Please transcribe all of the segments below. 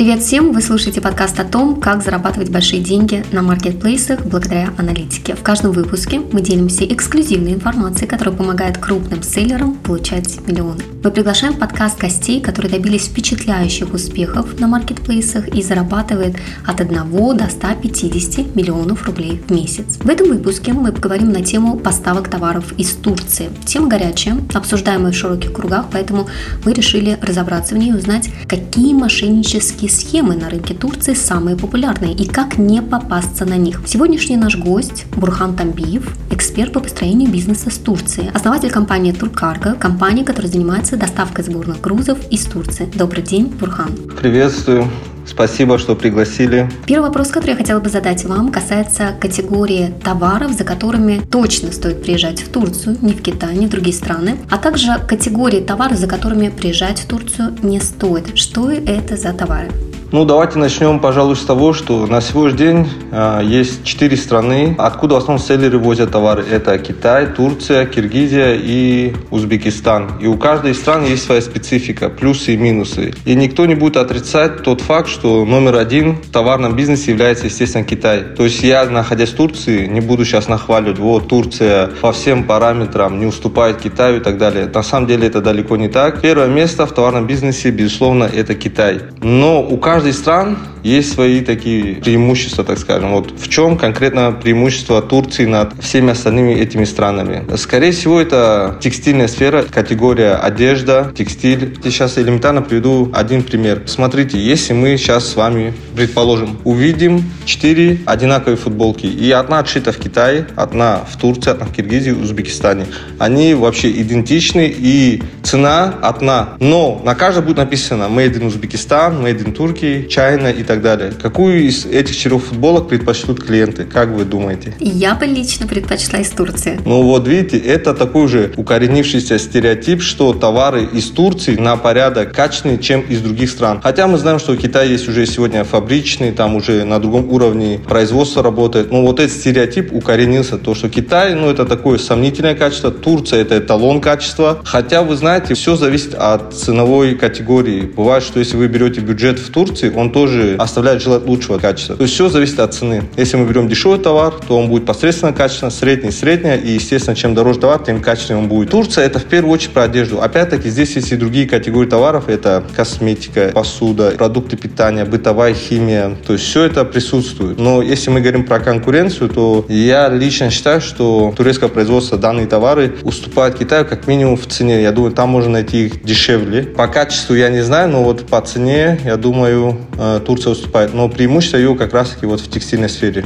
Привет всем! Вы слушаете подкаст о том, как зарабатывать большие деньги на маркетплейсах благодаря аналитике. В каждом выпуске мы делимся эксклюзивной информацией, которая помогает крупным селлерам получать миллионы. Мы приглашаем в подкаст гостей, которые добились впечатляющих успехов на маркетплейсах и зарабатывают от 1 до 150 миллионов рублей в месяц. В этом выпуске мы поговорим на тему поставок товаров из Турции. Тема горячая, обсуждаемая в широких кругах, поэтому мы решили разобраться в ней и узнать, какие мошеннические схемы на рынке Турции самые популярные и как не попасться на них. Сегодняшний наш гость Бурхан Тамбиев, эксперт по построению бизнеса с Турции, основатель компании Туркарго, компании, которая занимается доставкой сборных грузов из Турции. Добрый день, Бурхан. Приветствую. Спасибо, что пригласили. Первый вопрос, который я хотела бы задать вам, касается категории товаров, за которыми точно стоит приезжать в Турцию, не в Китай, не в другие страны, а также категории товаров, за которыми приезжать в Турцию не стоит. Что это за товары? Давайте начнем, пожалуй, с того, что на сегодняшний день есть 4 страны, откуда в основном селлеры возят товары. Это Китай, Турция, Киргизия и Узбекистан. И у каждой из стран есть своя специфика, плюсы и минусы. И никто не будет отрицать тот факт, что номер один в товарном бизнесе является, естественно, Китай. То есть я, находясь в Турции, не буду сейчас нахваливать, Турция по всем параметрам не уступает Китаю и так далее. На самом деле это далеко не так. Первое место в товарном бизнесе, безусловно, это Китай. Но у каждой стран есть свои такие преимущества, так скажем. В чем конкретно преимущество Турции над всеми остальными этими странами? Скорее всего, это текстильная сфера, категория одежда, текстиль. Я сейчас элементарно приведу один пример. Смотрите, если мы сейчас с вами, предположим, увидим 4 одинаковые футболки, и одна отшита в Китае, одна в Турции, одна в Киргизии, Узбекистане. Они вообще идентичны, и цена одна. Но на каждой будет написано Made in Узбекистан, Made in Turkey, China и так далее. Какую из этих 4 футболок предпочтут клиенты? Как вы думаете? Я бы лично предпочла из Турции. Видите, это такой же укоренившийся стереотип, что товары из Турции на порядок качественнее, чем из других стран. Хотя мы знаем, что в Китае есть уже сегодня фабричные, там уже на другом уровне производство работает. Этот стереотип укоренился. То, что Китай, это такое сомнительное качество, Турция это эталон качества. Хотя, вы знаете, все зависит от ценовой категории. Бывает, что если вы берете бюджет в Турции, он тоже оставляет желать лучшего качества. То есть все зависит от цены. Если мы берем дешевый товар, то он будет посредственно качественно, средняя, и, естественно, чем дороже товар, тем качественнее он будет. Турция – это в первую очередь про одежду. Опять-таки, здесь есть и другие категории товаров. Это косметика, посуда, продукты питания, бытовая химия. То есть все это присутствует. Но если мы говорим про конкуренцию, то я лично считаю, что турецкое производство данные товары уступает Китаю как минимум в цене. Я думаю, там можно найти их дешевле. По качеству я не знаю, но по цене, я думаю, Турция уступает. Но преимущество ее как раз-таки в текстильной сфере.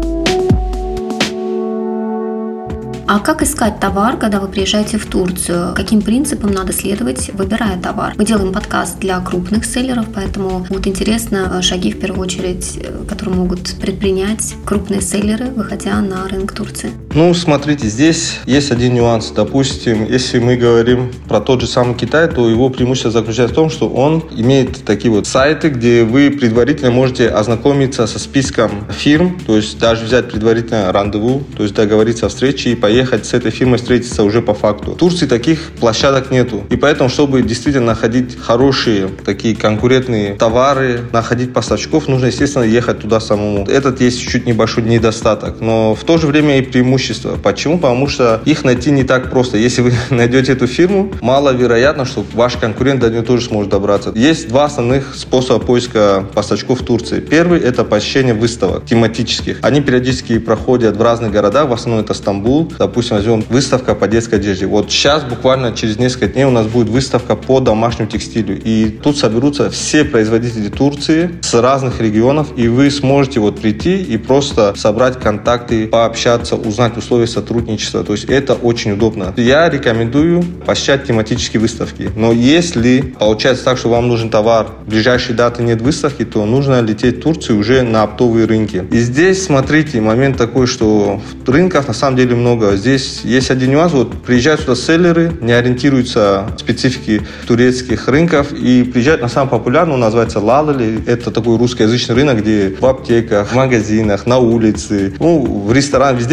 А как искать товар, когда вы приезжаете в Турцию? Каким принципам надо следовать, выбирая товар? Мы делаем подкаст для крупных селлеров, поэтому будет интересно шаги, в первую очередь, которые могут предпринять крупные селлеры, выходя на рынок Турции. Смотрите, здесь есть один нюанс. Допустим, если мы говорим про тот же самый Китай, то его преимущество заключается в том, что он имеет такие сайты, где вы предварительно можете ознакомиться со списком фирм, то есть даже взять предварительно рандеву, то есть договориться о встрече и поехать с этой фирмой встретиться уже по факту. В Турции таких площадок нету. И поэтому, чтобы действительно находить хорошие такие конкурентные товары, находить поставщиков, нужно, естественно, ехать туда самому. Этот есть чуть небольшой недостаток, но в то же время и преимущество. Почему? Потому что их найти не так просто. Если вы найдете эту фирму, маловероятно, что ваш конкурент до нее тоже сможет добраться. Есть 2 основных способа поиска поставщиков в Турции. Первый – это посещение выставок тематических. Они периодически проходят в разных городах, в основном это Стамбул. Допустим, возьмем выставка по детской одежде. Сейчас буквально через несколько дней у нас будет выставка по домашнему текстилю. И тут соберутся все производители Турции с разных регионов, и вы сможете прийти и просто собрать контакты, пообщаться, узнать условия сотрудничества. То есть это очень удобно. Я рекомендую посещать тематические выставки. Но если получается так, что вам нужен товар, в ближайшие даты нет выставки, то нужно лететь в Турцию уже на оптовые рынки. И здесь, смотрите, момент такой, что рынков на самом деле много. Здесь есть один нюанс. Приезжают сюда селлеры, не ориентируются в специфике турецких рынков и приезжают на самый популярный, он называется Лалали. Это такой русскоязычный рынок, где в аптеках, в магазинах, на улице, в ресторанах, везде говорят на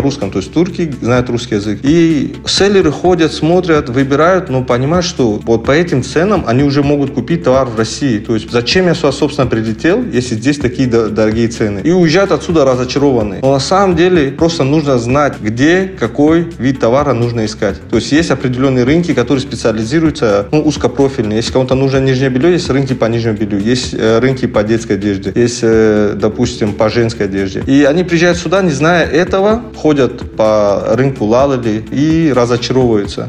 русском, то есть турки знают русский язык. И селлеры ходят, смотрят, выбирают, но понимают, что вот по этим ценам они уже могут купить товар в России. То есть зачем я сюда, собственно, прилетел, если здесь такие дорогие цены? И уезжают отсюда разочарованные. Но на самом деле просто нужно знать, где, какой вид товара нужно искать. То есть есть определенные рынки, которые специализируются, узкопрофильные. Если кому-то нужно нижнее белье, есть рынки по нижнему белью, есть рынки по детской одежде, есть, допустим, по женской одежде. И они приезжают сюда, не зная этого, ходят по рынку Лалали и разочаровываются.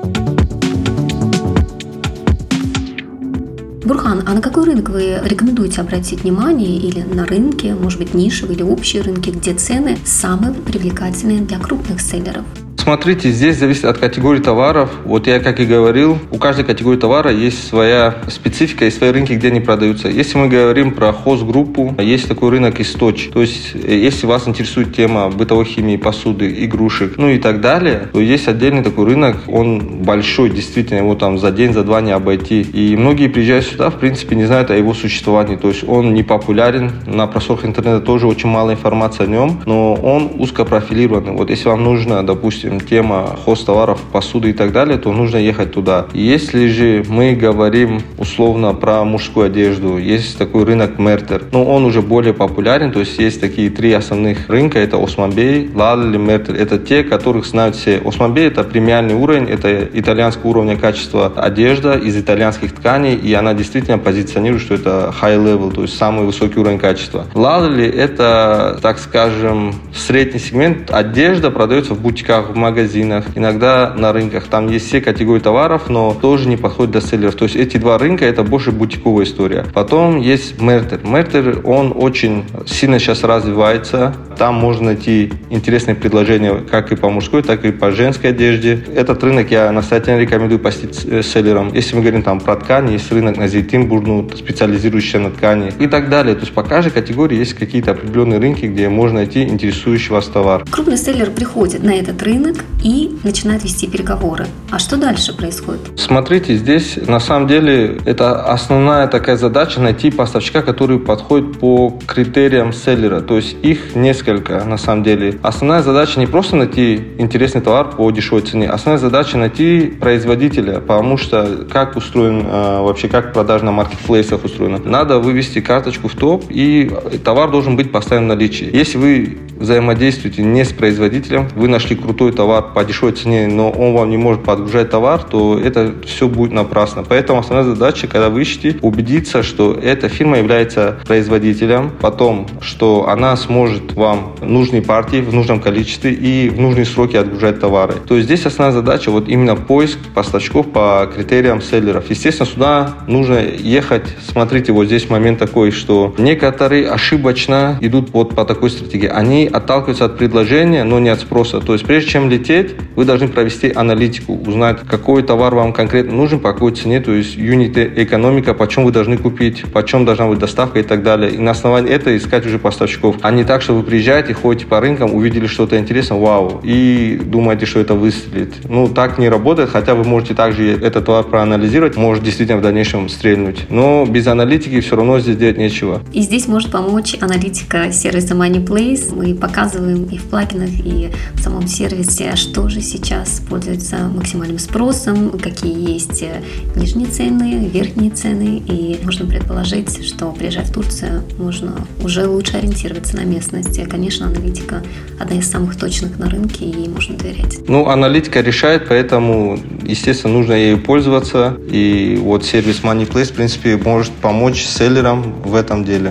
Бурхан, а на какой рынок вы рекомендуете обратить внимание, или на рынки, может быть, нишевые или общие рынки, где цены самые привлекательные для крупных селлеров? Смотрите, здесь зависит от категории товаров. Вот я, как и говорил, у каждой категории товара есть своя специфика и свои рынки, где они продаются. Если мы говорим про хозгруппу, есть такой рынок Источ. То есть, если вас интересует тема бытовой химии, посуды, игрушек, и так далее, то есть отдельный такой рынок, он большой, действительно, его там за день, за два не обойти. И многие приезжают сюда, в принципе, не знают о его существовании. То есть, он не популярен, на просторах интернета тоже очень мало информации о нем, но он узкопрофилированный. Вот если вам нужно, допустим, тема хозтоваров, посуды и так далее, то нужно ехать туда. Если же мы говорим условно про мужскую одежду, есть такой рынок Мертер, но он уже более популярен, то есть есть такие три основных рынка, это Османбей, Лалали, Мертер. Это те, которых знают все. Османбей — это премиальный уровень, это итальянского уровня качества одежда из итальянских тканей, и она действительно позиционирует, что это high level, то есть самый высокий уровень качества. Лалали — это, так скажем, средний сегмент. Одежда продается в бутиках, в магазинах, иногда на рынках. Там есть все категории товаров, но тоже не подходит до селлеров. То есть эти два рынка — это больше бутиковая история. Потом есть Мертер. Мертер, он очень сильно сейчас развивается. Там можно найти интересные предложения как и по мужской, так и по женской одежде. Этот рынок я настоятельно рекомендую посетить селлерам. Если мы говорим там про ткани, есть рынок на Зейтинбурну, специализирующийся на ткани и так далее. То есть по каждой категории есть какие-то определенные рынки, где можно найти интересующий вас товар. Крупный селлер приходит на этот рынок и начинает вести переговоры. А что дальше происходит? Смотрите, здесь на самом деле это основная такая задача — найти поставщика, который подходит по критериям селлера. То есть их несколько на самом деле. Основная задача не просто найти интересный товар по дешевой цене, основная задача найти производителя, потому что как устроен вообще, как продажа на маркетплейсах устроена. Надо вывести карточку в топ, и товар должен быть постоянно в наличии. Если вы взаимодействуете не с производителем, вы нашли крутой товар по дешевой цене, но он вам не может подгружать товар, то это все будет напрасно. Поэтому основная задача, когда вы ищете, убедиться, что эта фирма является производителем, потом, что она сможет вам нужные партии в нужном количестве и в нужные сроки отгружать товары. То есть здесь основная задача вот именно поиск поставщиков по критериям селлеров. Естественно, сюда нужно ехать. Смотрите, вот здесь момент такой, что некоторые ошибочно идут вот по такой стратегии. Они отталкиваются от предложения, но не от спроса. То есть прежде чем лететь, вы должны провести аналитику, узнать, какой товар вам конкретно нужен, по какой цене, то есть юнит экономика, почем вы должны купить, почем должна быть доставка и так далее. И на основании этого искать уже поставщиков. А не так, что вы приезжаете, ходите по рынкам, увидели что-то интересное, вау, и думаете, что это выстрелит. Так не работает, хотя вы можете также этот товар проанализировать, может действительно в дальнейшем стрельнуть. Но без аналитики все равно здесь делать нечего. И здесь может помочь аналитика сервиса MoneyPlace. Мы показываем и в плагинах, и в самом сервисе, что же сейчас пользуется максимальным спросом, какие есть нижние цены, верхние цены, и можно предположить, что приезжая в Турцию, можно уже лучше ориентироваться на местности. Конечно, аналитика одна из самых точных на рынке, и ей можно доверять. Аналитика решает, поэтому, естественно, нужно ею пользоваться, и вот сервис MoneyPlace, в принципе, может помочь селлерам в этом деле.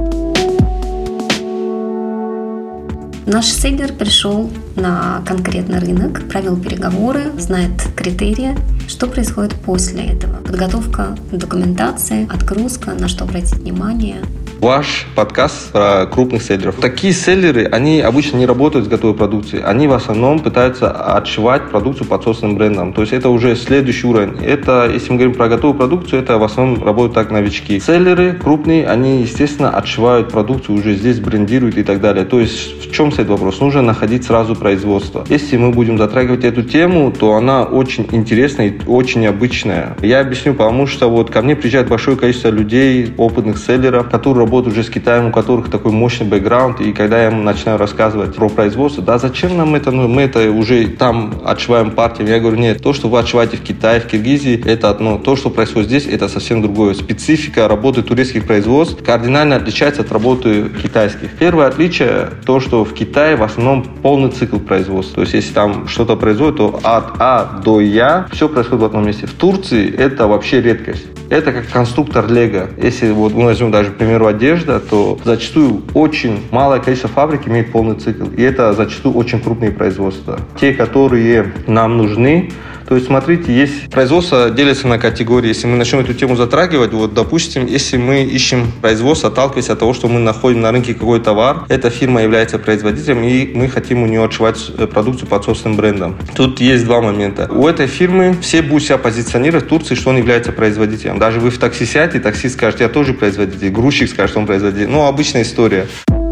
Наш селлер пришел на конкретный рынок, провел переговоры, знает критерии. Что происходит после этого? Подготовка документации, отгрузка, на что обратить внимание. Ваш подкаст про крупных селлеров. Такие селлеры, они обычно не работают с готовой продукцией. Они в основном пытаются отшивать продукцию под собственным брендом. То есть это уже следующий уровень. Это, если мы говорим про готовую продукцию, это в основном работают так новички. Селлеры крупные, они, естественно, отшивают продукцию, уже здесь брендируют и так далее. То есть в чем стоит вопрос? Нужно находить сразу производство. Если мы будем затрагивать эту тему, то она очень интересная и очень необычная. Я объясню, потому что вот ко мне приезжает большое количество людей, опытных селлеров, которые работают уже с Китаем, у которых такой мощный бэкграунд, и когда я им начинаю рассказывать про производство, да, зачем нам это, мы это уже там отшиваем партиями. Я говорю, нет, то, что вы отшиваете в Китае, в Киргизии, это одно, то, что происходит здесь, это совсем другое. Специфика работы турецких производств кардинально отличается от работы китайских. Первое отличие, то, что в Китае в основном полный цикл производства. То есть, если там что-то производят, то от А до Я все происходит в одном месте. В Турции это вообще редкость. Это как конструктор Лего. Если вот мы возьмем даже, к примеру, одежда, то зачастую очень малое количество фабрик имеет полный цикл. И это зачастую очень крупные производства. Те, которые нам нужны. То есть, смотрите, есть производство делится на категории. Если мы начнем эту тему затрагивать, вот, допустим, если мы ищем производство, отталкиваясь от того, что мы находим на рынке какой товар, эта фирма является производителем, и мы хотим у нее отшивать продукцию под собственным брендом. Тут есть два момента. У этой фирмы все будут себя позиционировать в Турции, что он является производителем. Даже вы в такси сядете, таксист скажет, я тоже производитель, грузчик скажет, что он производитель. Ну, обычная история.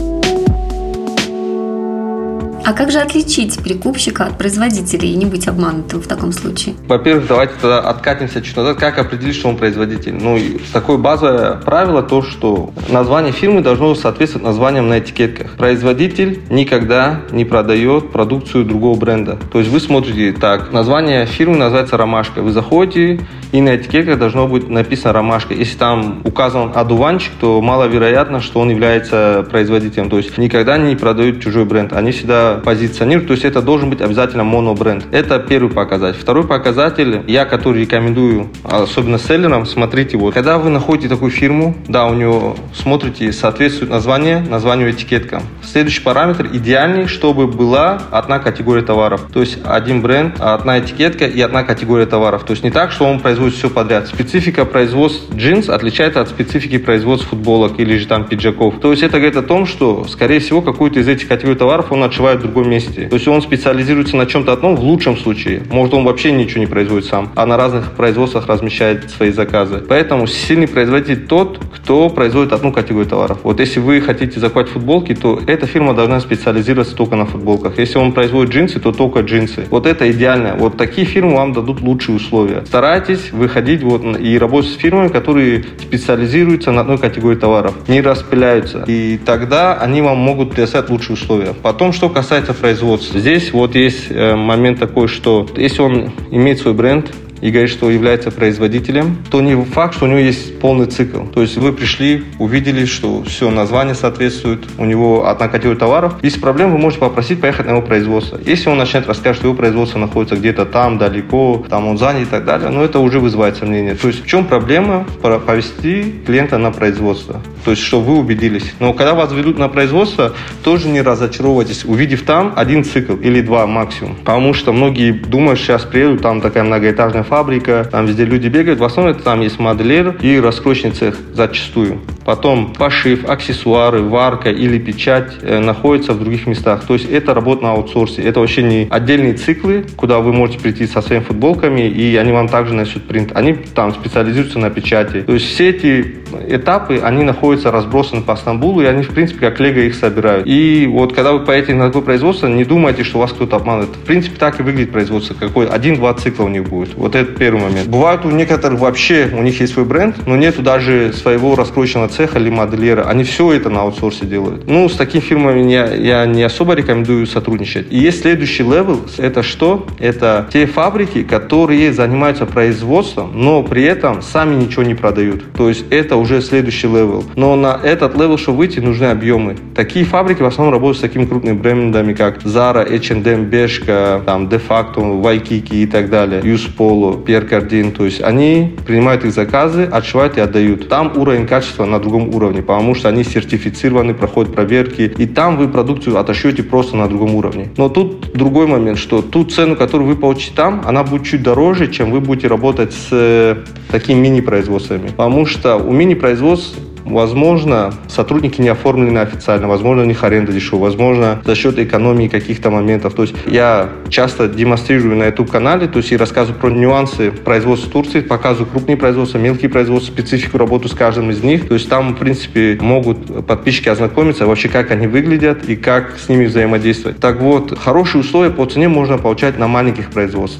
А как же отличить перекупщика от производителя и не быть обманутым в таком случае? Во-первых, давайте тогда откатимся чуть назад. Как определить, что он производитель? Ну, такое базовое правило, то, что название фирмы должно соответствовать названиям на этикетках. Производитель никогда не продает продукцию другого бренда. То есть вы смотрите так, название фирмы называется «Ромашка». Вы заходите, и на этикетках должно быть написано «Ромашка». Если там указан одуванчик, то маловероятно, что он является производителем. То есть никогда не продают чужой бренд. Они всегда позиционируют, то есть это должен быть обязательно монобренд. Это первый показатель. Второй показатель, я который рекомендую, особенно селлерам, смотрите, вот, когда вы находите такую фирму, да, у нее смотрите, соответствует названию этикеткам. Следующий параметр, идеальный, чтобы была одна категория товаров. То есть один бренд, одна этикетка и одна категория товаров. То есть не так, что он производит все подряд. Специфика производства джинс отличается от специфики производства футболок или же там пиджаков. То есть это говорит о том, что, скорее всего, какую-то из этих категорий товаров он отшивает в другом месте. То есть он специализируется на чем-то одном в лучшем случае. Может, он вообще ничего не производит сам, а на разных производствах размещает свои заказы. Поэтому сильный производитель тот, кто производит одну категорию товаров. Вот если вы хотите закупать футболки, то эта фирма должна специализироваться только на футболках. Если он производит джинсы, то только джинсы. Вот это идеально. Вот такие фирмы вам дадут лучшие условия. Старайтесь выходить вот и работать с фирмами, которые специализируются на одной категории товаров, не распыляются. И тогда они вам могут предоставить лучшие условия. Потом, что касается производства. Здесь вот есть момент такой, что если он имеет свой бренд и говорит, что является производителем, то не факт, что у него есть полный цикл. То есть вы пришли, увидели, что все, название соответствует, у него одна категория товаров. Если проблем, вы можете попросить поехать на его производство. Если он начнет рассказывать, что его производство находится где-то там, далеко, там он занят и так далее, но это уже вызывает сомнения. То есть в чем проблема повести клиента на производство? То есть, что вы убедились. Но когда вас ведут на производство, тоже не разочаровывайтесь, увидев там один цикл или два максимум. Потому что многие думают, сейчас приедут, там такая многоэтажная фабрика, там везде люди бегают. В основном это там есть модельер и раскройочный цех зачастую. Потом пошив, аксессуары, варка или печать находятся в других местах. То есть это работа на аутсорсе. Это вообще не отдельные циклы, куда вы можете прийти со своими футболками, и они вам также несут принт. Они там специализируются на печати. То есть все эти этапы, они находятся разбросаны по Стамбулу, и они, в принципе, как лего их собирают. И вот когда вы поедете на такое производство, не думайте, что вас кто-то обманывает. В принципе, так и выглядит производство. Какой 1-2 цикла у них будет. Вот это первый момент. Бывает у некоторых вообще, у них есть свой бренд, но нету даже своего раскройочного цеха или модельера. Они все это на аутсорсе делают. Ну, с такими фирмами я не особо рекомендую сотрудничать. И есть следующий левел. Это что? Это те фабрики, которые занимаются производством, но при этом сами ничего не продают. То есть это уже следующий левел. Но на этот левел, чтобы выйти, нужны объемы. Такие фабрики в основном работают с такими крупными брендами, как Zara, H&M, Bershka, там, De Facto, Waikiki и так далее, Юсполо, Pierre Cardin. То есть они принимают их заказы, отшивают и отдают. Там уровень качества на другом уровне, потому что они сертифицированы, проходят проверки, и там вы продукцию отошьете просто на другом уровне. Но тут другой момент, что ту цену, которую вы получите там, она будет чуть дороже, чем вы будете работать с такими мини-производствами. Потому что у мини-производств возможно, сотрудники не оформлены официально, возможно, у них аренда дешевая, возможно, за счет экономии каких-то моментов. То есть я часто демонстрирую на YouTube-канале, то есть и рассказываю про нюансы производства в Турции, показываю крупные производства, мелкие производства, специфику работы с каждым из них. То есть там, в принципе, могут подписчики ознакомиться вообще, как они выглядят и как с ними взаимодействовать. Так вот, хорошие условия по цене можно получать на маленьких производствах.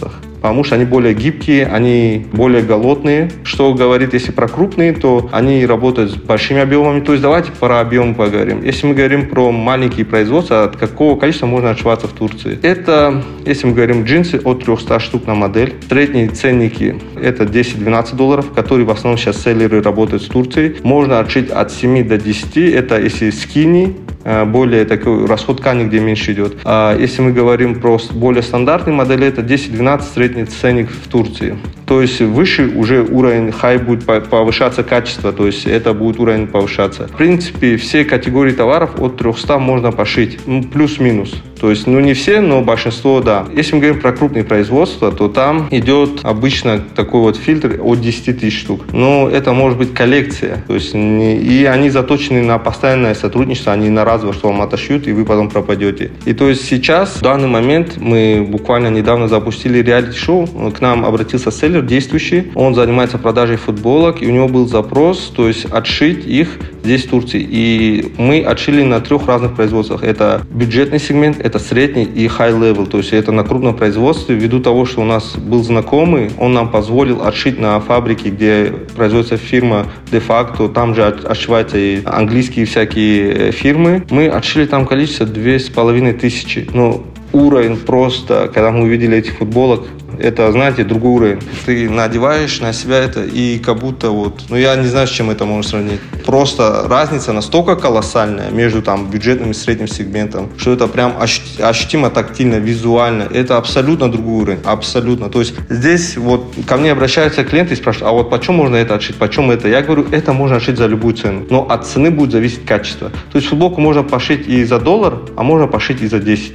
потому что они более гибкие, они более голодные. Что говорит, если про крупные, то они работают с большими объемами. То есть давайте про объем поговорим. Если мы говорим про маленькие производства, от какого количества можно отшиваться в Турции? Это, если мы говорим джинсы, от 300 штук на модель. Средние ценники это $10-12, которые в основном сейчас селлеры работают с Турцией. Можно отшить от 7 до 10, это если скини, более такой расход ткани, где меньше идет. А если мы говорим про более стандартные модели, это 10-12 средний ценник в Турции. То есть выше уже уровень хай будет повышаться качество, то есть это будет уровень повышаться. В принципе, все категории товаров от 300 можно пошить, плюс-минус. То есть, не все, но большинство, да. Если мы говорим про крупные производства, то там идет обычно такой вот фильтр от 10 тысяч штук. Но это может быть коллекция. То есть, и они заточены на постоянное сотрудничество, они на разово, что вам отошьют, и вы потом пропадете. И то есть сейчас, в данный момент, мы буквально недавно запустили реалити-шоу. К нам обратился селлер действующий. Он занимается продажей футболок, и у него был запрос, то есть отшить их здесь, в Турции. И мы отшили на 3 разных производствах. Это бюджетный сегмент, это средний и high-level. То есть это на крупном производстве. Ввиду того, что у нас был знакомый, он нам позволил отшить на фабрике, где производится фирма de-facto. Там же отшиваются и английские всякие фирмы. Мы отшили там количество 2500. Ну, уровень просто, когда мы увидели этих футболок, это, знаете, другой уровень. Ты надеваешь на себя это, и как будто вот... я не знаю, с чем это можно сравнить. Просто разница настолько колоссальная между там бюджетным и средним сегментом, что это прям ощутимо тактильно, визуально. Это абсолютно другой уровень. Абсолютно. То есть здесь вот ко мне обращаются клиенты и спрашивают, а вот почем можно это отшить, почем это? Я говорю, это можно отшить за любую цену. Но от цены будет зависеть качество. То есть футболку можно пошить и за $1, а можно пошить и за 10.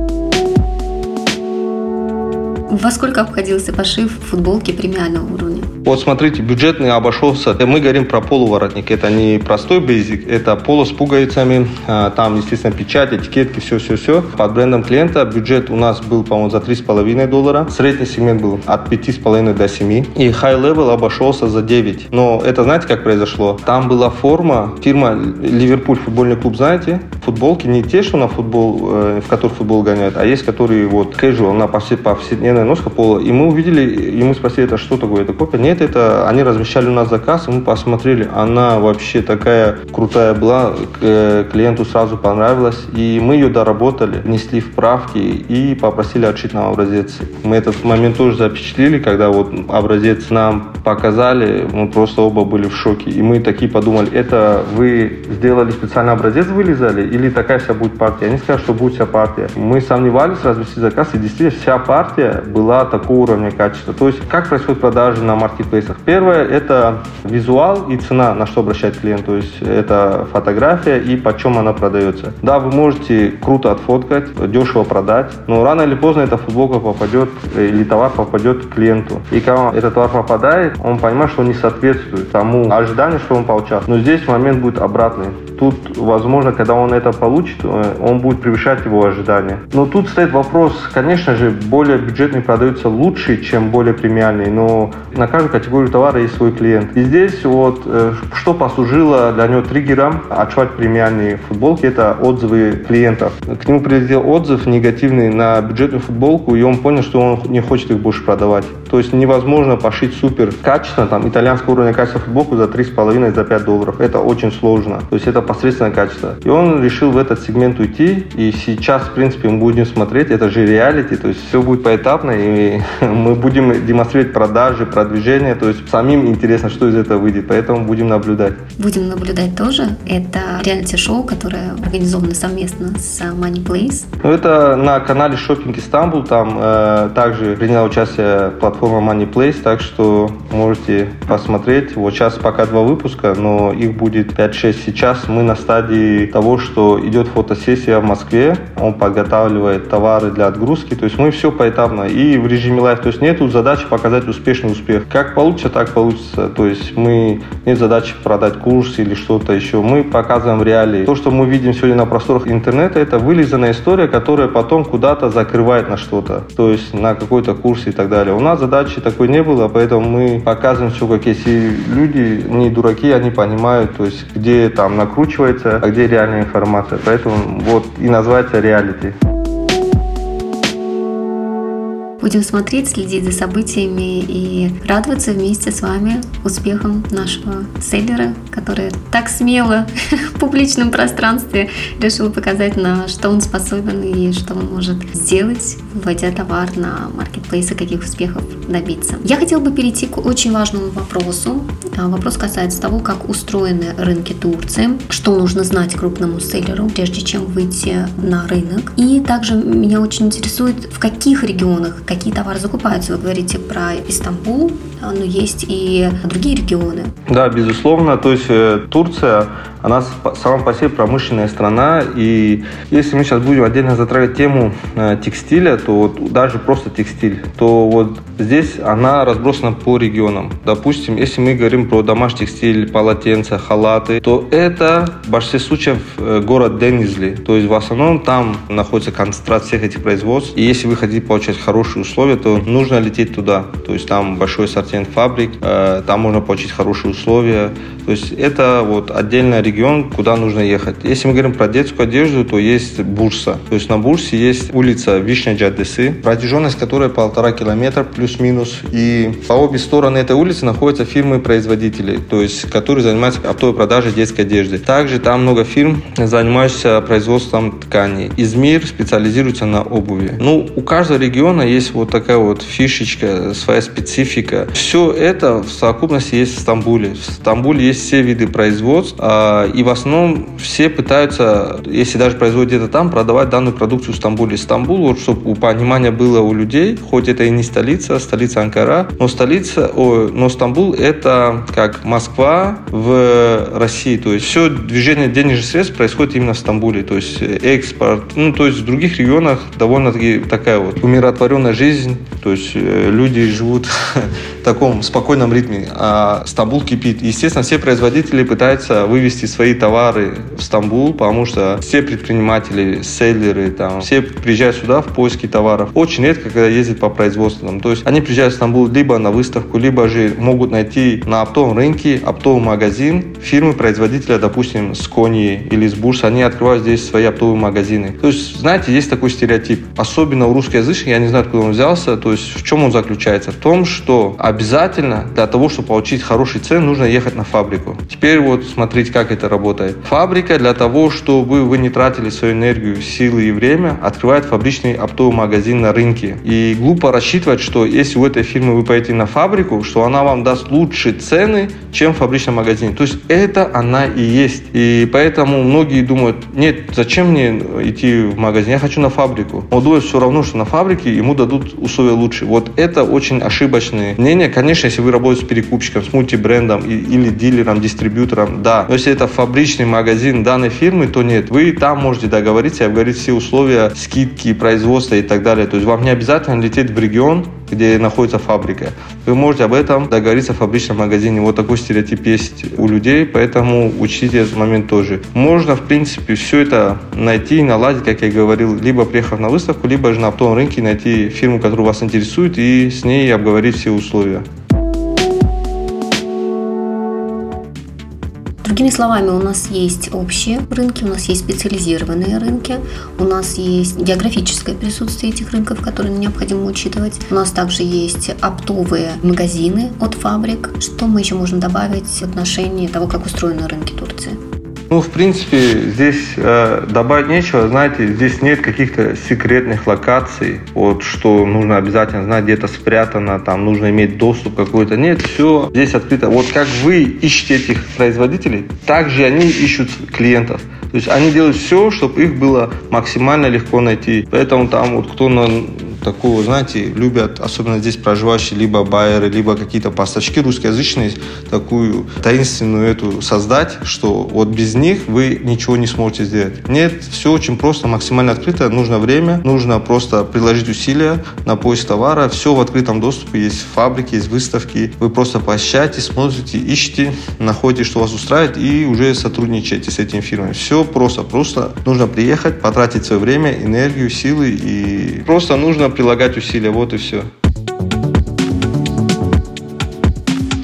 Во сколько обходился пошив футболки премиального уровня? Вот смотрите, бюджетный обошелся. Мы говорим про полуворотник. Это не простой бейзик, это поло с пуговицами. Там, естественно, печать, этикетки, все. Под брендом клиента бюджет у нас был, по-моему, за $3,5. Средний сегмент был от 5,5 до 7. И high-level обошелся за 9. Но это знаете, как произошло? Там была форма, фирма Ливерпуль, футбольный клуб, знаете? Футболки не те, что на футбол, в которых футбол гоняют, а есть, которые вот casual, на повседневной носка пола. И мы увидели, и мы спросили, это что такое? Это копия? Нет, это они размещали у нас заказ, и мы посмотрели. Она вообще такая крутая была, клиенту сразу понравилась. И мы ее доработали, внесли в правки и попросили отшить нам образец. Мы этот момент тоже запечатлели, когда вот образец нам показали, мы просто оба были в шоке. И мы такие подумали, это вы сделали специальный образец, вылезали, или такая вся будет партия? Они сказали, что будет вся партия. Мы сомневались, развести заказ, и действительно вся партия была такого уровня качества. То есть, как происходит продажи на маркетплейсах? Первое, это визуал и цена, на что обращает клиент. То есть, это фотография и почем она продается. Да, вы можете круто отфоткать, дешево продать, но рано или поздно эта футболка попадет, или товар попадет к клиенту. И когда этот товар попадает, он понимает, что он не соответствует тому ожиданию, что он получал. Но здесь момент будет обратный. Тут, возможно, когда он это получит, он будет превышать его ожидания. Но тут стоит вопрос, конечно же, более бюджетные продаются лучше, чем более премиальные, но на каждую категорию товара есть свой клиент. И здесь вот, что послужило для него триггером отшивать премиальные футболки, это отзывы клиентов. К нему прилетел отзыв негативный на бюджетную футболку, и он понял, что он не хочет их больше продавать. То есть невозможно пошить супер качественно, там, итальянского уровня качества футболку за $3,5, за $5. Это очень сложно. То есть это посредственное качество. И он решил в этот сегмент уйти, и сейчас, в принципе, мы будем смотреть, это же реалити, то есть все будет поэтапно, и мы будем демонстрировать продажи, продвижение, то есть самим интересно, что из этого выйдет, поэтому будем наблюдать. Будем наблюдать тоже. Это реалити-шоу, которое организовано совместно с Moneyplace. Это на канале Shopping Istanbul, там также приняла участие платформа Moneyplace, так что можете посмотреть. Вот сейчас пока 2 выпуска, но их будет 5-6. Сейчас мы на стадии того, что идет фотосессия в Москве, он подготавливает товары для отгрузки, то есть мы все поэтапно и в режиме лайв, то есть нету задачи показать успешный успех. Как получится, так получится, то есть нет задачи продать курс или что-то еще, мы показываем реалии. То, что мы видим сегодня на просторах интернета, это вылизанная история, которая потом куда-то закрывает на что-то, то есть на какой-то курс и так далее. У нас задачи такой не было, поэтому мы показываем все как есть. И люди не дураки, они понимают, то есть где там накручивается, а где реальная информация. Поэтому вот и называется реалити. Будем смотреть, следить за событиями и радоваться вместе с вами успехам нашего селлера, который так смело в публичном пространстве решил показать, на что он способен и что он может сделать, вводя товар на маркетплейсы, каких успехов добиться. Я хотела бы перейти к очень важному вопросу. Вопрос касается того, как устроены рынки Турции, что нужно знать крупному селлеру, прежде чем выйти на рынок. И также меня очень интересует, в каких регионах какие товары закупаются. Вы говорите про Истамбул, но есть и другие регионы. Да, безусловно. То есть Турция, она сама по себе промышленная страна. И если мы сейчас будем отдельно затрагивать тему текстиля, то вот даже просто текстиль, то вот здесь она разбросана по регионам. Допустим, если мы говорим про домашний текстиль, полотенца, халаты, то это в большинстве случаев город Денизли. То есть в основном там находится концентрат всех этих производств. И если вы хотите получать хорошие условия, то нужно лететь туда. То есть там большой ассортимент фабрик, там можно получить хорошие условия. То есть это вот отдельный регион, куда нужно ехать. Если мы говорим про детскую одежду, то есть Бурса. То есть на Бурсе есть улица Вишня Джаддесы, протяженность которой 1,5 километра плюс-минус. И по обе стороны этой улицы находятся фирмы-производители, то есть которые занимаются оптовой продажей детской одежды. Также там много фирм, занимающихся производством тканей. Измир специализируется на обуви. Ну, у каждого региона есть вот такая вот фишечка, своя специфика. Все это в совокупности есть в Стамбуле. В Стамбуле есть все виды производств, и в основном все пытаются, если даже производят где-то там, продавать данную продукцию в Стамбуле. Стамбул, вот, чтобы понимание было у людей, хоть это и не столица Анкара, но Стамбул это как Москва в России. То есть все движение денежных средств происходит именно в Стамбуле. То есть экспорт, то есть в других регионах довольно-таки такая вот умиротворенная жизнь. То есть люди живут в таком спокойном ритме, а Стамбул кипит. Естественно, все производители пытаются вывести свои товары в Стамбул, потому что все предприниматели, селлеры, там, все приезжают сюда в поиске товаров. Очень редко, когда ездят по производствам. То есть они приезжают в Стамбул либо на выставку, либо же могут найти на оптовом рынке оптовый магазин фирмы-производителя, допустим, с Коньи или с Бурсы. Они открывают здесь свои оптовые магазины. То есть, знаете, есть такой стереотип. Особенно у русскоязычных, я не знаю, откуда он взялся. То есть в чем он заключается? В том, что обязательно для того, чтобы получить хорошие цены, нужно ехать на фабрику. Теперь вот смотрите, как это работает. Фабрика для того, чтобы вы не тратили свою энергию, силы и время, открывает фабричный оптовый магазин на рынке. И глупо рассчитывать, что если у этой фирмы вы поедете на фабрику, что она вам даст лучшие цены, чем в фабричном магазине. То есть это она и есть. И поэтому многие думают, нет, зачем мне идти в магазин, я хочу на фабрику. Он думает все равно, что на фабрике ему дадут условия лучше. Вот это очень ошибочное мнение. Конечно, если вы работаете с перекупщиком, с мультибрендом или дилером, дистрибьютором, да. Но если это фабричный магазин данной фирмы, то нет. Вы там можете договориться и обговорить все условия скидки, производства и так далее. То есть вам не обязательно лететь в регион, где находится фабрика. Вы можете об этом договориться в фабричном магазине. Вот такой стереотип есть у людей, поэтому учтите этот момент тоже. Можно, в принципе, все это найти и наладить, как я и говорил, либо приехав на выставку, либо же на оптовом рынке найти фирму, которая вас интересует, и с ней обговорить все условия. Другими словами, у нас есть общие рынки, у нас есть специализированные рынки, у нас есть географическое присутствие этих рынков, которые необходимо учитывать. У нас также есть оптовые магазины от фабрик. Что мы еще можем добавить в отношении того, как устроены рынки Турции? В принципе, здесь добавить нечего. Знаете, здесь нет каких-то секретных локаций, вот, что нужно обязательно знать, где-то спрятано, там нужно иметь доступ какой-то. Нет, все здесь открыто. Вот как вы ищете этих производителей, так же они ищут клиентов. То есть они делают все, чтобы их было максимально легко найти. Поэтому там вот кто такого, знаете, любят, особенно здесь проживающие либо байеры, либо какие-то поставщики русскоязычные, такую таинственную эту создать, что вот без них вы ничего не сможете сделать. Нет, все очень просто, максимально открыто, нужно время, нужно просто приложить усилия на поиск товара, все в открытом доступе, есть фабрики, есть выставки, вы просто поощряете, смотрите, ищете, находите, что вас устраивает, и уже сотрудничаете с этими фирмами. Все просто нужно приехать, потратить свое время, энергию, силы, и просто нужно прилагать усилия, вот и все. А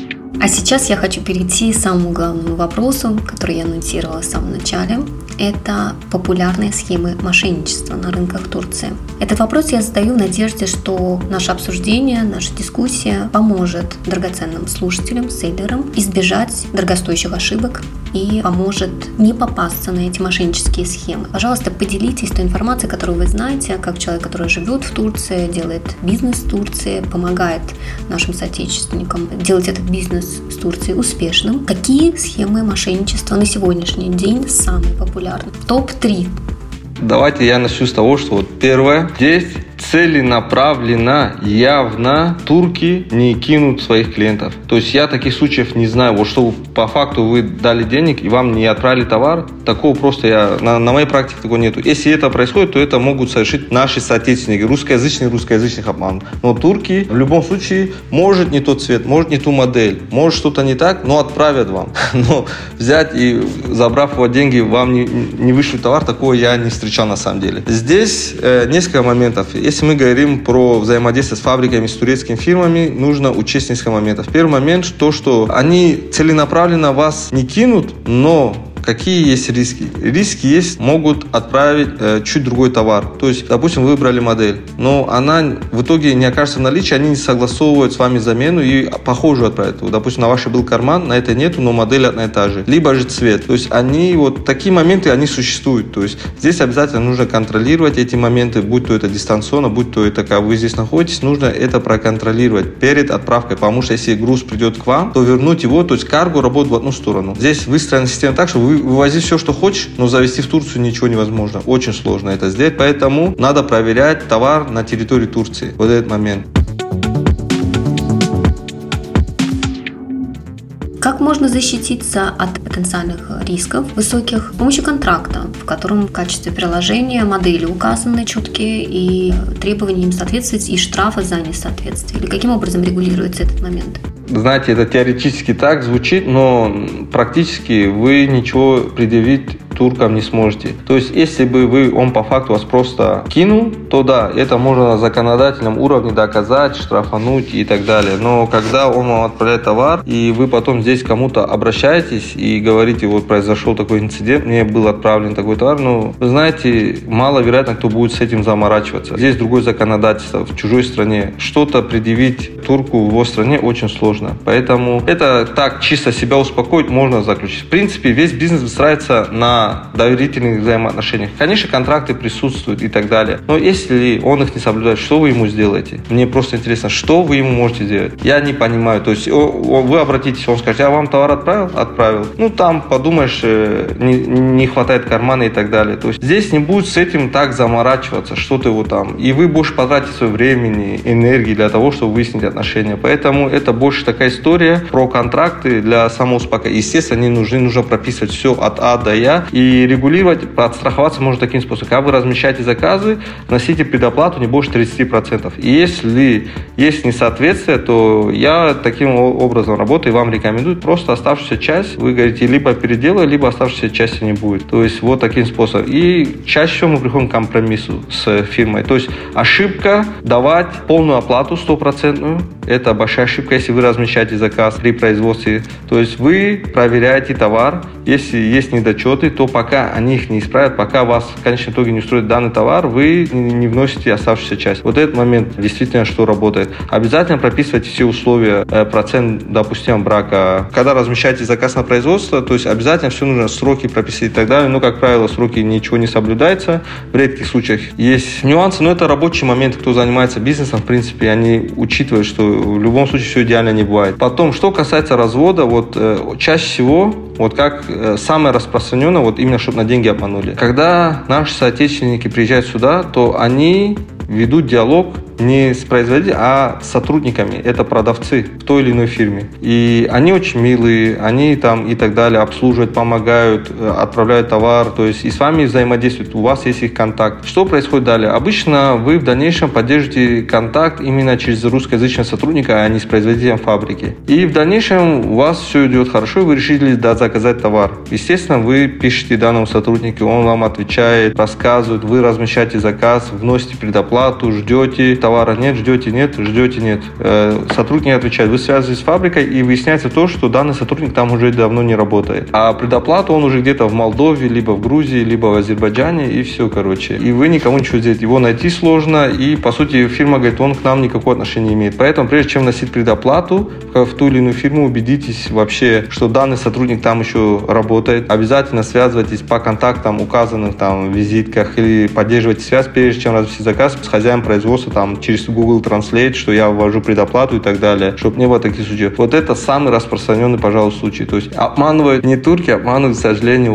А сейчас я хочу перейти к самому главному вопросу, который я анонсировала в самом начале. Это популярные схемы мошенничества на рынках Турции. Этот вопрос я задаю в надежде, что наше обсуждение, наша дискуссия поможет драгоценным слушателям, селлерам избежать дорогостоящих ошибок и поможет не попасться на эти мошеннические схемы. Пожалуйста, поделитесь той информацией, которую вы знаете, как человек, который живет в Турции, делает бизнес в Турции, помогает нашим соотечественникам делать этот бизнес с Турцией успешным. Какие схемы мошенничества на сегодняшний день самые популярные? Топ-3. Давайте я начну с того, что вот первое. Здесь целенаправленно, явно турки не кинут своих клиентов. То есть я таких случаев не знаю. Вот что по факту вы дали денег и вам не отправили товар, такого просто на моей практике такого нету. Если это происходит, то это могут совершить наши соотечественники, русскоязычных обманут. Но турки в любом случае, может не тот цвет, может не ту модель, может что-то не так, но отправят вам. Но взять и забрав его деньги, вам не вышлют товар, такого я не встречал на самом деле. Здесь несколько моментов. Если мы говорим про взаимодействие с фабриками, с турецкими фирмами, нужно учесть несколько моментов. Первый момент, что они целенаправленно вас не кинут, но какие есть риски? Риски есть, могут отправить чуть другой товар. То есть, допустим, вы выбрали модель, но она в итоге не окажется в наличии, они не согласовывают с вами замену и похожую отправят. Вот, допустим, на вашей был карман, на этой нету, но модель одна и та же. Либо же цвет. То есть, такие моменты, они существуют. То есть, здесь обязательно нужно контролировать эти моменты, будь то это дистанционно, будь то это как вы здесь находитесь, нужно это проконтролировать перед отправкой, потому что если груз придет к вам, то вернуть его, то есть карго работает в одну сторону. Здесь выстроена система так, что вы вывозить все, что хочешь, но завезти в Турцию ничего невозможно. Очень сложно это сделать, поэтому надо проверять товар на территории Турции. Вот этот момент. Как можно защититься от потенциальных рисков высоких с помощью контракта, в котором в качестве приложения модели указаны четкие и требования им соответствовать, и штрафы за несоответствие? Или каким образом регулируется этот момент? Знаете, это теоретически так звучит, но практически вы ничего предъявить туркам не сможете. То есть, если бы он по факту вас просто кинул, то да, это можно на законодательном уровне доказать, штрафануть и так далее. Но когда он вам отправляет товар, и вы потом здесь кому-то обращаетесь и говорите, вот произошел такой инцидент, мне был отправлен такой товар, вы знаете, маловероятно, кто будет с этим заморачиваться. Здесь другое законодательство, в чужой стране. Что-то предъявить турку в его стране очень сложно. Поэтому это так, чисто себя успокоить можно заключить. В принципе, весь бизнес выстраивается на доверительных взаимоотношениях. Конечно, контракты присутствуют и так далее. Но если он их не соблюдает, что вы ему сделаете? Мне просто интересно, что вы ему можете сделать? Я не понимаю. То есть вы обратитесь, он скажет, я вам товар отправил? Отправил. Там подумаешь, не хватает кармана и так далее. То есть здесь не будет с этим так заморачиваться, что-то его там. И вы больше потратите свое времени, энергии для того, чтобы выяснить отношения. Поэтому это больше такая история про контракты для самоуспокоения. Естественно, нужно прописывать все от А до Я. И регулировать, подстраховаться можно таким способом. Когда вы размещаете заказы, вносите предоплату не больше 30%. И если есть несоответствие, то я таким образом работаю и вам рекомендую. Просто оставшуюся часть вы говорите, либо переделаю, либо оставшейся части не будет. То есть вот таким способом. И чаще всего мы приходим к компромиссу с фирмой. То есть ошибка давать полную оплату 100%. Это большая ошибка, если вы размещаете заказ при производстве. То есть вы проверяете товар. Если есть недочеты, то пока они их не исправят, пока вас в конечном итоге не устроит данный товар, вы не вносите оставшуюся часть. Вот этот момент действительно что работает. Обязательно прописывайте все условия, процент допустимого брака. Когда размещаете заказ на производство, то есть обязательно все нужно, сроки прописать и так далее. Но, как правило, сроки ничего не соблюдается. В редких случаях есть нюансы, но это рабочий момент. Кто занимается бизнесом, в принципе, они учитывают, что в любом случае все идеально не бывает. Потом, что касается развода, чаще всего, как самое распространенное, именно чтобы на деньги обманули. Когда наши соотечественники приезжают сюда, то они ведут диалог не с производителем, а с сотрудниками. Это продавцы в той или иной фирме. И они очень милые, они там и так далее обслуживают, помогают, отправляют товар, то есть и с вами взаимодействуют, у вас есть их контакт. Что происходит далее? Обычно вы в дальнейшем поддержите контакт именно через русскоязычного сотрудника, а не с производителем фабрики. И в дальнейшем у вас все идет хорошо, вы решили заказать товар. Естественно, вы пишете данному сотруднику, он вам отвечает, рассказывает, вы размещаете заказ, вносите предоплату, ждете, товара нет, ждете нет. Сотрудник отвечает, вы связываетесь с фабрикой, и выясняется то, что данный сотрудник там уже давно не работает. А предоплату он уже где-то в Молдове, либо в Грузии, либо в Азербайджане, и все, И вы никому ничего сделать. Его найти сложно, и, по сути, фирма говорит, он к нам никакого отношения не имеет. Поэтому, прежде чем вносить предоплату в ту или иную фирму, убедитесь вообще, что данный сотрудник там еще работает. Обязательно связывайтесь по контактам, указанным там в визитках, или поддерживайте связь, прежде чем разместить заказ с хозяином производства там через Google Translate, что я ввожу предоплату и так далее, чтобы не было таких случаев. Вот это самый распространенный, пожалуй, случай. То есть обманывают не турки, обманывают, к сожалению,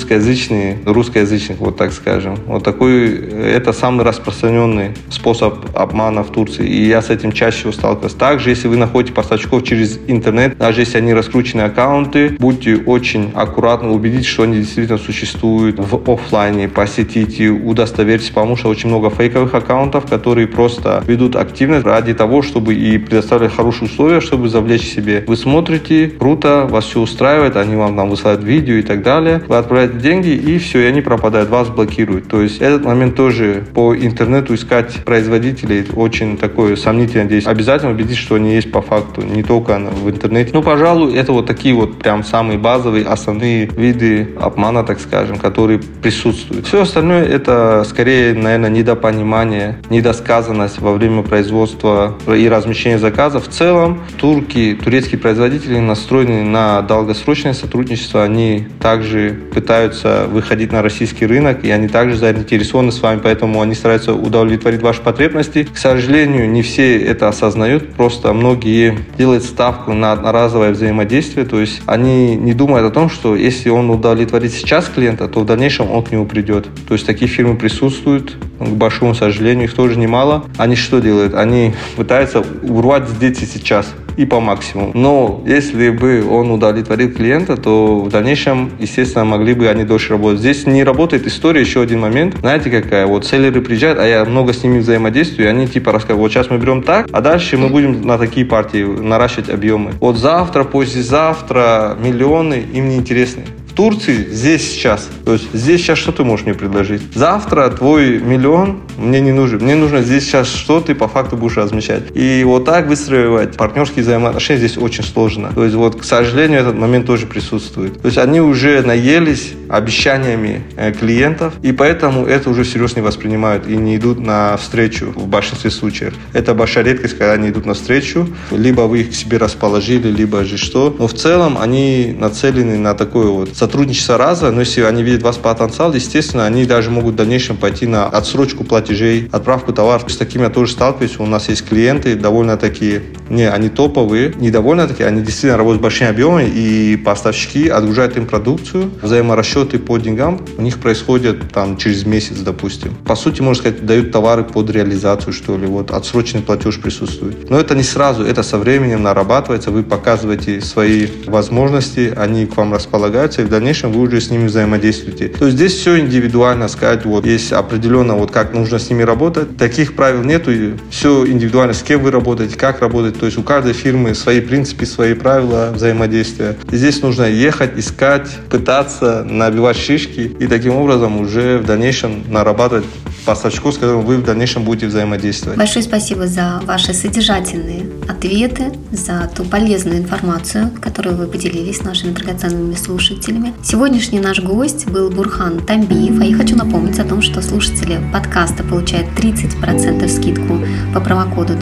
русскоязычных, вот так скажем. Вот такой, это самый распространенный способ обмана в Турции. И я с этим чаще всего сталкиваюсь. Также, если вы находите поставщиков через интернет, даже если они раскрученные аккаунты, будьте очень аккуратны, убедитесь, что они действительно существуют в офлайне, посетите, удостоверьтесь, потому что очень много фейковых аккаунтов, которые просто ведут активность ради того, чтобы и предоставить хорошие условия, чтобы завлечь себе. Вы смотрите, круто, вас все устраивает, они вам там высылают видео и так далее. Вы отправляете деньги, и все, и они пропадают, вас блокируют. То есть этот момент тоже по интернету искать производителей очень такое сомнительное действие. Обязательно убедитесь, что они есть по факту, не только в интернете. Ну, пожалуй, это вот такие вот прям самые базовые, основные виды обмана, так скажем, которые присутствуют. Все остальное это скорее, наверное, недопонимание, недосказанность во время производства и размещения заказов. В целом, турецкие производители настроены на долгосрочное сотрудничество, они также пытаются выходить на российский рынок, и они также заинтересованы с вами, поэтому они стараются удовлетворить ваши потребности. К сожалению, не все это осознают, просто многие делают ставку на одноразовое взаимодействие, то есть они не думают о том, что если он удовлетворит сейчас клиента, то в дальнейшем он к нему придет. То есть такие фирмы присутствуют, к большому сожалению, их тоже немало. Они что делают? Они пытаются урвать здесь и сейчас и по максимуму. Но если бы он удовлетворил клиента, то в дальнейшем, естественно, могли бы они дольше работать. Здесь не работает история, еще один момент. Знаете, какая? Вот селлеры приезжают, а я много с ними взаимодействую, и они типа рассказывают, вот сейчас мы берем так, а дальше мы будем на такие партии наращивать объемы. Вот завтра, послезавтра миллионы им не интересны. В Турции здесь сейчас. То есть здесь сейчас что ты можешь мне предложить? Завтра твой миллион мне не нужен. Мне нужно здесь сейчас, что ты по факту будешь размещать. И вот так выстраивать партнерские взаимоотношения здесь очень сложно. То есть вот, к сожалению, этот момент тоже присутствует. То есть они уже наелись обещаниями клиентов, и поэтому это уже всерьез не воспринимают и не идут навстречу в большинстве случаев. Это большая редкость, когда они идут навстречу. Либо вы их к себе расположили, либо же что. Но в целом они нацелены на такое вот сотрудничество разовое, но если они видят вас потенциал, естественно, они даже могут в дальнейшем пойти на отсрочку платежей, отправку товаров. С такими я тоже сталкиваюсь. У нас есть клиенты довольно такие, они топовые, не довольно такие, они действительно работают с большими объемами, и поставщики отгружают им продукцию, взаиморасчеты по деньгам у них происходят там через месяц, допустим. По сути, можно сказать, дают товары под реализацию, что ли, вот отсроченный платеж присутствует. Но это не сразу, это со временем нарабатывается, вы показываете свои возможности, они к вам располагаются, и в дальнейшем вы уже с ними взаимодействуете. То есть здесь все индивидуально, сказать, вот есть определенно, вот как нужно с ними работать. Таких правил нету, все индивидуально, с кем вы работаете, как работать. То есть у каждой фирмы свои принципы, свои правила взаимодействия. И здесь нужно ехать, искать, пытаться набивать шишки и таким образом уже в дальнейшем нарабатывать поставщиков, с которым вы в дальнейшем будете взаимодействовать. Большое спасибо за ваши содержательные ответы, за ту полезную информацию, которую вы поделились с нашими драгоценными слушателями. Сегодняшний наш гость был Бурхан Тамбиев, а я хочу напомнить о том, что слушатели подкаста получают 30% скидку по промокоду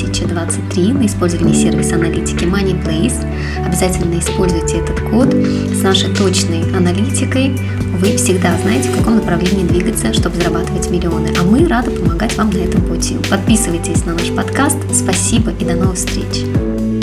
2023 на использование сервиса аналитики MoneyPlace. Обязательно используйте этот код. С нашей точной аналитикой вы всегда знаете, в каком направлении двигаться, чтобы зарабатывать миллионы. А мы рады помогать вам на этом пути. Подписывайтесь на наш подкаст. Спасибо и до новых встреч!